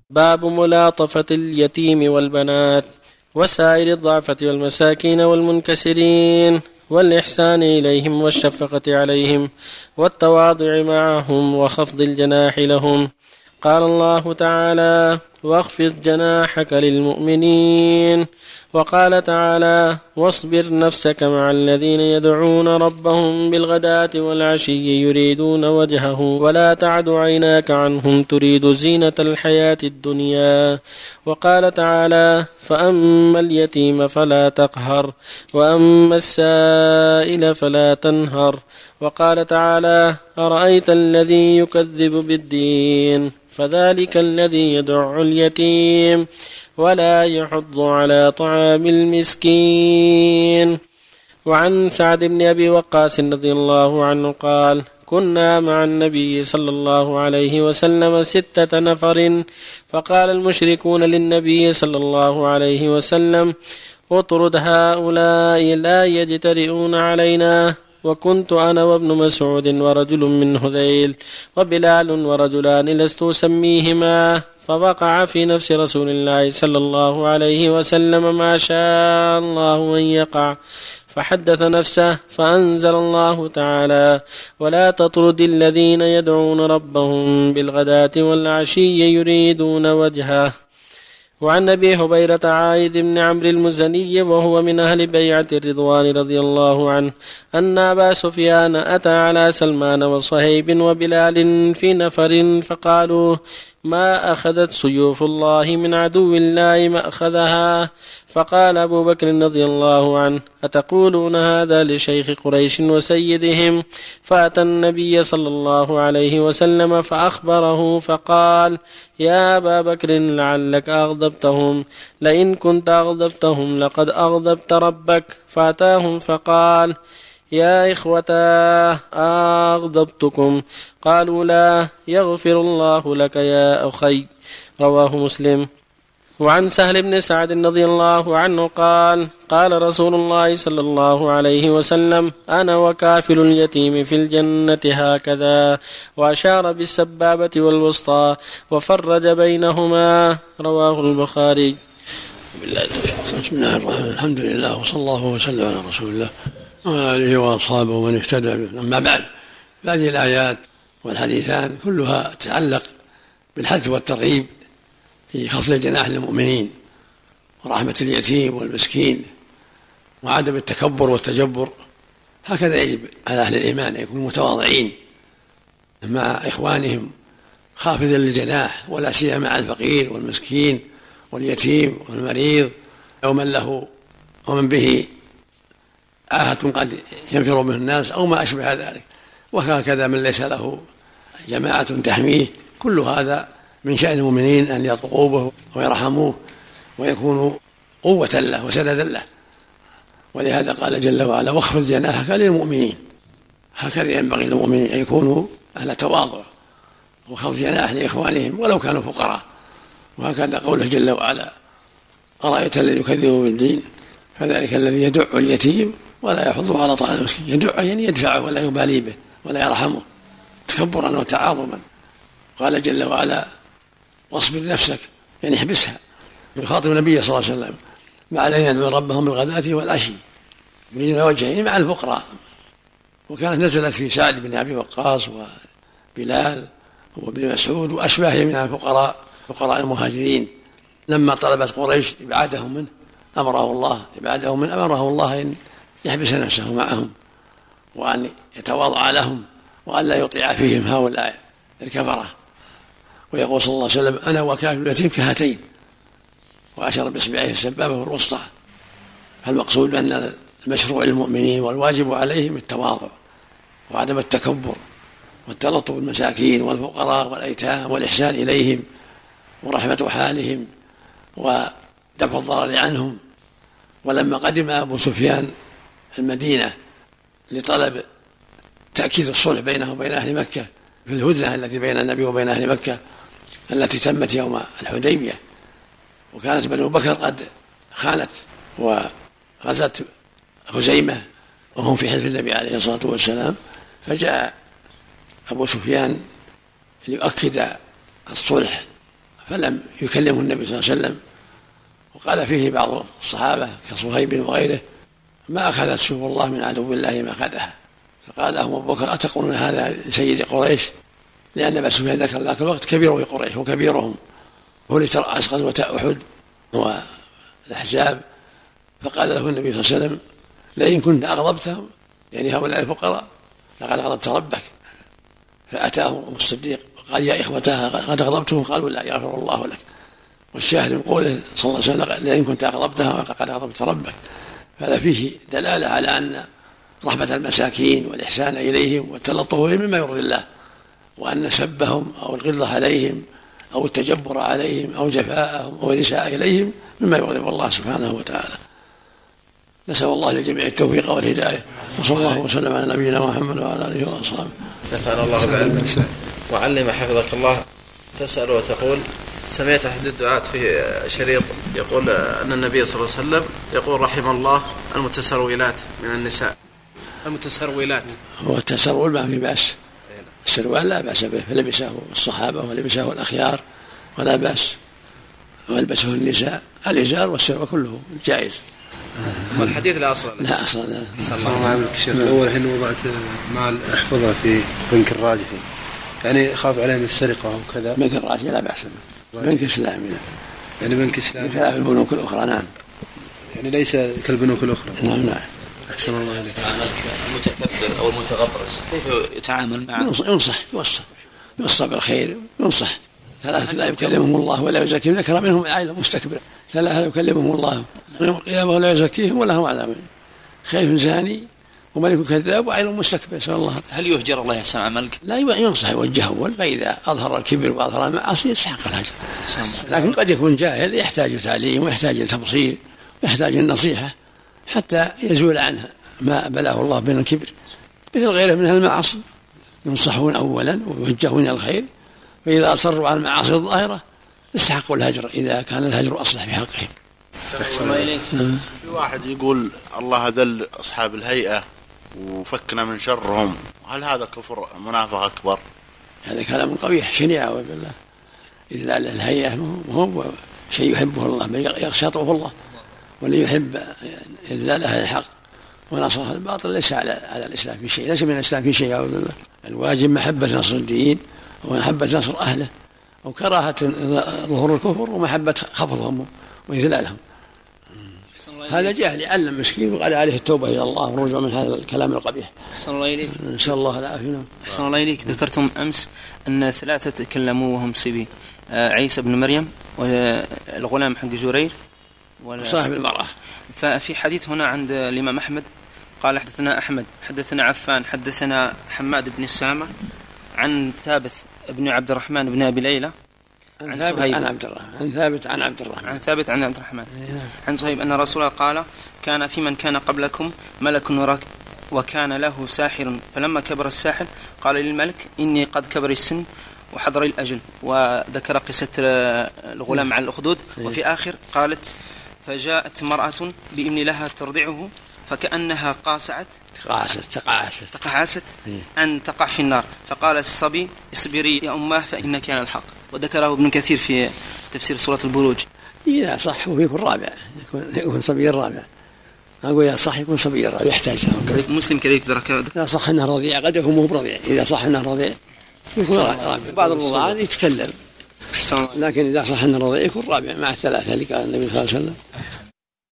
باب ملاطفة اليتيم والبنات وسائر الضعفة والمساكين والمنكسرين والإحسان إليهم والشفقة عليهم والتواضع معهم وخفض الجناح لهم. قال الله تعالى: واخفض جناحك للمؤمنين. وقال تعالى: واصبر نفسك مع الذين يدعون ربهم بالغداة والعشي يريدون وجهه ولا تعد عيناك عنهم تريد زينة الحياة الدنيا. وقال تعالى: فأما اليتيم فلا تقهر وأما السائل فلا تنهر. وقال تعالى: أرأيت الذي يكذب بالدين فذلك الذي يدع اليتيم ولا يحض على طعام المسكين. وعن سعد بن أبي وقاص رضي الله عنه قال: كنا مع النبي صلى الله عليه وسلم 6 نفر، فقال المشركون للنبي صلى الله عليه وسلم: اطرد هؤلاء لا يجترئون علينا. وكنت أنا وابن مسعود ورجل من هذيل وبلال ورجلان لست أسميهما، فوقع في نفس رسول الله صلى الله عليه وسلم ما شاء الله أن يقع، فحدث نفسه فأنزل الله تعالى: ولا تطرد الذين يدعون ربهم بالغداة والعشي يريدون وجهه. وعن أبي هبيرة عائذ بن عمرو المزني وهو من أهل بيعة الرضوان رضي الله عنه أن أبا سفيان أتى على سلمان وصهيب وبلال في نفر فقالوا: ما أخذت سيوف الله من عدو الله ما أخذها. فقال أبو بكر رضي الله عنه: أتقولون هذا لشيخ قريش وسيدهم؟ فأتى النبي صلى الله عليه وسلم فأخبره فقال: يا أبا بكر لعلك أغضبتهم، لئن كنت أغضبتهم لقد أغضبت ربك. فأتاهم فقال: يا إخوتا أغضبتكم؟ قالوا: لا، يغفر الله لك يا أخي. رواه مسلم. وعن سهل بن سعد رضي الله عنه قال: قال رسول الله صلى الله عليه وسلم: أنا وكافل اليتيم في الجنة هكذا، وأشار بالسبابة والوسطى وفرج بينهما. رواه البخاري. بسم الله الرحمن الرحيم، الحمد لله وصلى الله وسلم على رسول الله وعلى آله وأصحابه ومن اهتدى به. أما بعد، هذه الآيات والحديثان كلها تتعلق بالحث والترغيب في خفض الجناح للمؤمنين ورحمة اليتيم والمسكين وعدم التكبر والتجبر. هكذا يجب على أهل الإيمان أن يكونوا متواضعين مع إخوانهم خافضا للجناح، ولا سيما مع الفقير والمسكين واليتيم والمريض ومن له ومن به آهة قد ينفر منه الناس أو ما أشبه ذلك، وهكذا من ليس له جماعة تحميه. كل هذا من شأن المؤمنين أن يطغوا به ويرحموه ويكونوا قوة له وسندا له. ولهذا قال جل وعلا: واخفض جناحك للمؤمنين. هكذا ينبغي للمؤمنين أن يكونوا أهل تواضع وخفض جناح لإخوانهم ولو كانوا فقراء. وهكذا قوله جل وعلا: أرأيت الذي يكذب بالدين فذلك الذي يدع اليتيم ولا يحض على طعام المسكين. يدع يعني يدفعه ولا يبالي به ولا يرحمه تكبرا وتعاظما. قال جل وعلا: واصبر نفسك، يعني احبسها. يخاطب النبي صلى الله عليه وسلم مع الذين يدعون ربهم بالغداة والعشي يريدون وجهه مع الفقراء. وكانت نزلت في سعد بن أبي وقاص وبلال وابن مسعود وأشباههم من الفقراء، فقراء المهاجرين، لما طلبت قريش إبعادهم منه أمره الله أن يحبس نفسه معهم وأن يتواضع لهم وأن لا يطيع فيهم هؤلاء الكفرة. ويقول صلى الله عليه وسلم: أنا وكافل اليتيم كهاتين، وأشار بإصبعه السبابة والوسطى. فالمقصود أن المشروع للمؤمنين والواجب عليهم التواضع وعدم التكبر والتلطف بالمساكين والفقراء والأيتام والإحسان إليهم ورحمة حالهم ودفع الضرر عنهم. ولما قدم أبو سفيان المدينة لطلب تأكيد الصلح بينه وبين أهل مكة في الهدنة التي بين النبي وبين أهل مكة التي تمت يوم الحديبية، وكانت بنو بكر قد خانت وغزت خزيمة وهم في حلف النبي عليه الصلاة والسلام، فجاء أبو سفيان ليؤكد الصلح فلم يكلمه النبي صلى الله عليه وسلم. وقال فيه بعض الصحابة كصهيب وغيره: ما أخذت سيوف الله من عدو الله ما أخذها. فقال لهم أبو بكر: أتقولون هذا لسيد قريش؟ لأن أبا سفيان ذاك الوقت كبير قريش وكبيرهم، هو اللي ترأس غزوة أحد والأحزاب. فقال له النبي صلى الله عليه وسلم: لئن كنت أغضبتهم، يعني هؤلاء الفقراء، لقد أغضبت ربك. فأتاهم الصديق وقال: يا إخوتها قد أغضبتهم؟ قالوا: لا، يغفر الله لك. والشاهد من قوله صلى الله عليه وسلم: لئن كنت أغضبتها فقد أغضبت ربك. هذا فيه دلالة على أن رحمة المساكين والإحسان إليهم والتلطف بهم مما يرضي الله، وأن سبهم أو الغلظة عليهم أو التجبر عليهم أو جفاءهم أو الإساءة إليهم مما يغضب الله سبحانه وتعالى. نسأل الله للجميع التوفيق والهداية، وصلى الله وسلم على نبينا محمد وعلى آله وأصحابه. نفعنا الله بعلمك. معلم حفظك الله تسأل وتقول: سمعت أحد الدعاة في شريط يقول أن النبي صلى الله عليه وسلم يقول: رحم الله المتسرولات من النساء. المتسرولات هو التسرول ما في بأس، السروال لا بأس به، فلبسه الصحابة ولبسه الأخيار ولا بأس، ولبسه النساء. الإزار والسروال كله جائز. والحديث لا أصل له. لا أصل له. صلى الله عليه وسلم. أول حين وضعت مال أحفظه في بنك الراجحي، يعني أخاف عليه من السرقة وكذا. بنك الراجحي لا بأس به، بنك إسلامي، يعني بنك إسلامي بخلاف البنوك الأخرى. نعم، يعني ليس كالبنوك الأخرى. نعم. أحسن الله إليك. المتكبر أو المتغطرس كيف يتعامل معه؟ ينصح، يوصى بالخير، ينصح. ثلاثة لا يكلمهم الله ولا يزكيهم، ذكر منهم العائلة المستكبرة. ثلاثة لا يكلمهم الله يوم القيامة ولا يزكيهم ولهم عذاب. خير زاني وملك كذاب وعائلة مستكبر. سأل الله. هل يهجر الله يحسن عملك؟ لا، ينصح يوجه أول، فإذا أظهر الكبر وأظهر المعاصي يستحق الهجر. لكن قد يكون جاهل يحتاج تعليم ويحتاج تبصير ويحتاج النصيحة حتى يزول عنها ما بلاه الله بين الكبر، مثل غيره من المعاصي. ينصحون أولا ويوجهون إلى الخير، فإذا أصروا على المعاصي الظاهرة استحقوا الهجر إذا كان الهجر أصلح بحقهم. في واحد يقول: الله ذل أصحاب الهيئة وفكنا من شرهم، هل هذا كفر منافق أكبر؟ هذا كلام قبيح شنيع بالله. إذا الهيئة هو شيء يحبه الله بل يغشطه الله، واللي يحب إذلال أهل الحق ونصر أهل الباطل ليس على الإسلام في شيء، ليس من الإسلام في شيء. بالله الواجب محبة نصر الدين ومحبة نصر أهله، وكراهة ظهور الكفر ومحبة خفضهم وإذلالهم. هذا جاهل يعلم مسكين وقال عليه التوبة إلى الله والرجوع من هذا الكلام القبيح. أحسن الله إليك. إن شاء الله العافية. أحسن الله إليك. ذكرتم أمس أن ثلاثة تكلموا وهم صبي: عيسى بن مريم والغلام حق جرير صاحب المرأة. ففي حديث هنا عند الإمام أحمد قال: حدثنا أحمد حدثنا عفان حدثنا حماد بن السامة عن ثابت بن عبد الرحمن بن أبي ليلى عن ثابت عن عبد الرحمن عن صهيب أن رسول الله قال: كان في من كان قبلكم ملك وكان له ساحر، فلما كبر الساحر قال للملك: إني قد كبر السن وحضر الأجل. وذكر قصة الغلام عن الأخدود. وفي آخر قالت: فجاءت مرأة بإبن لها ترضعه فكأنها تقعست أن تقع في النار، فقال الصبي: اصبري يا أماه فإنك على الحق. وذكره ابن كثير في تفسير سورة البروج. إذا صح ويكون رابع، يكون صبي الرابع. أقول يا صح يكون صبي الرابع يحتاج. مسلم كذلك ذكر. لا صح أنه رضيع، قد يكون مو برضيع. إذا صح أنه رضيع يكون رابع. بعض الرضعان يتكلم، لكن إذا صح أنه رضيع يكون رابع مع الثلاثة اللي قال النبي صلى الله عليه وسلم.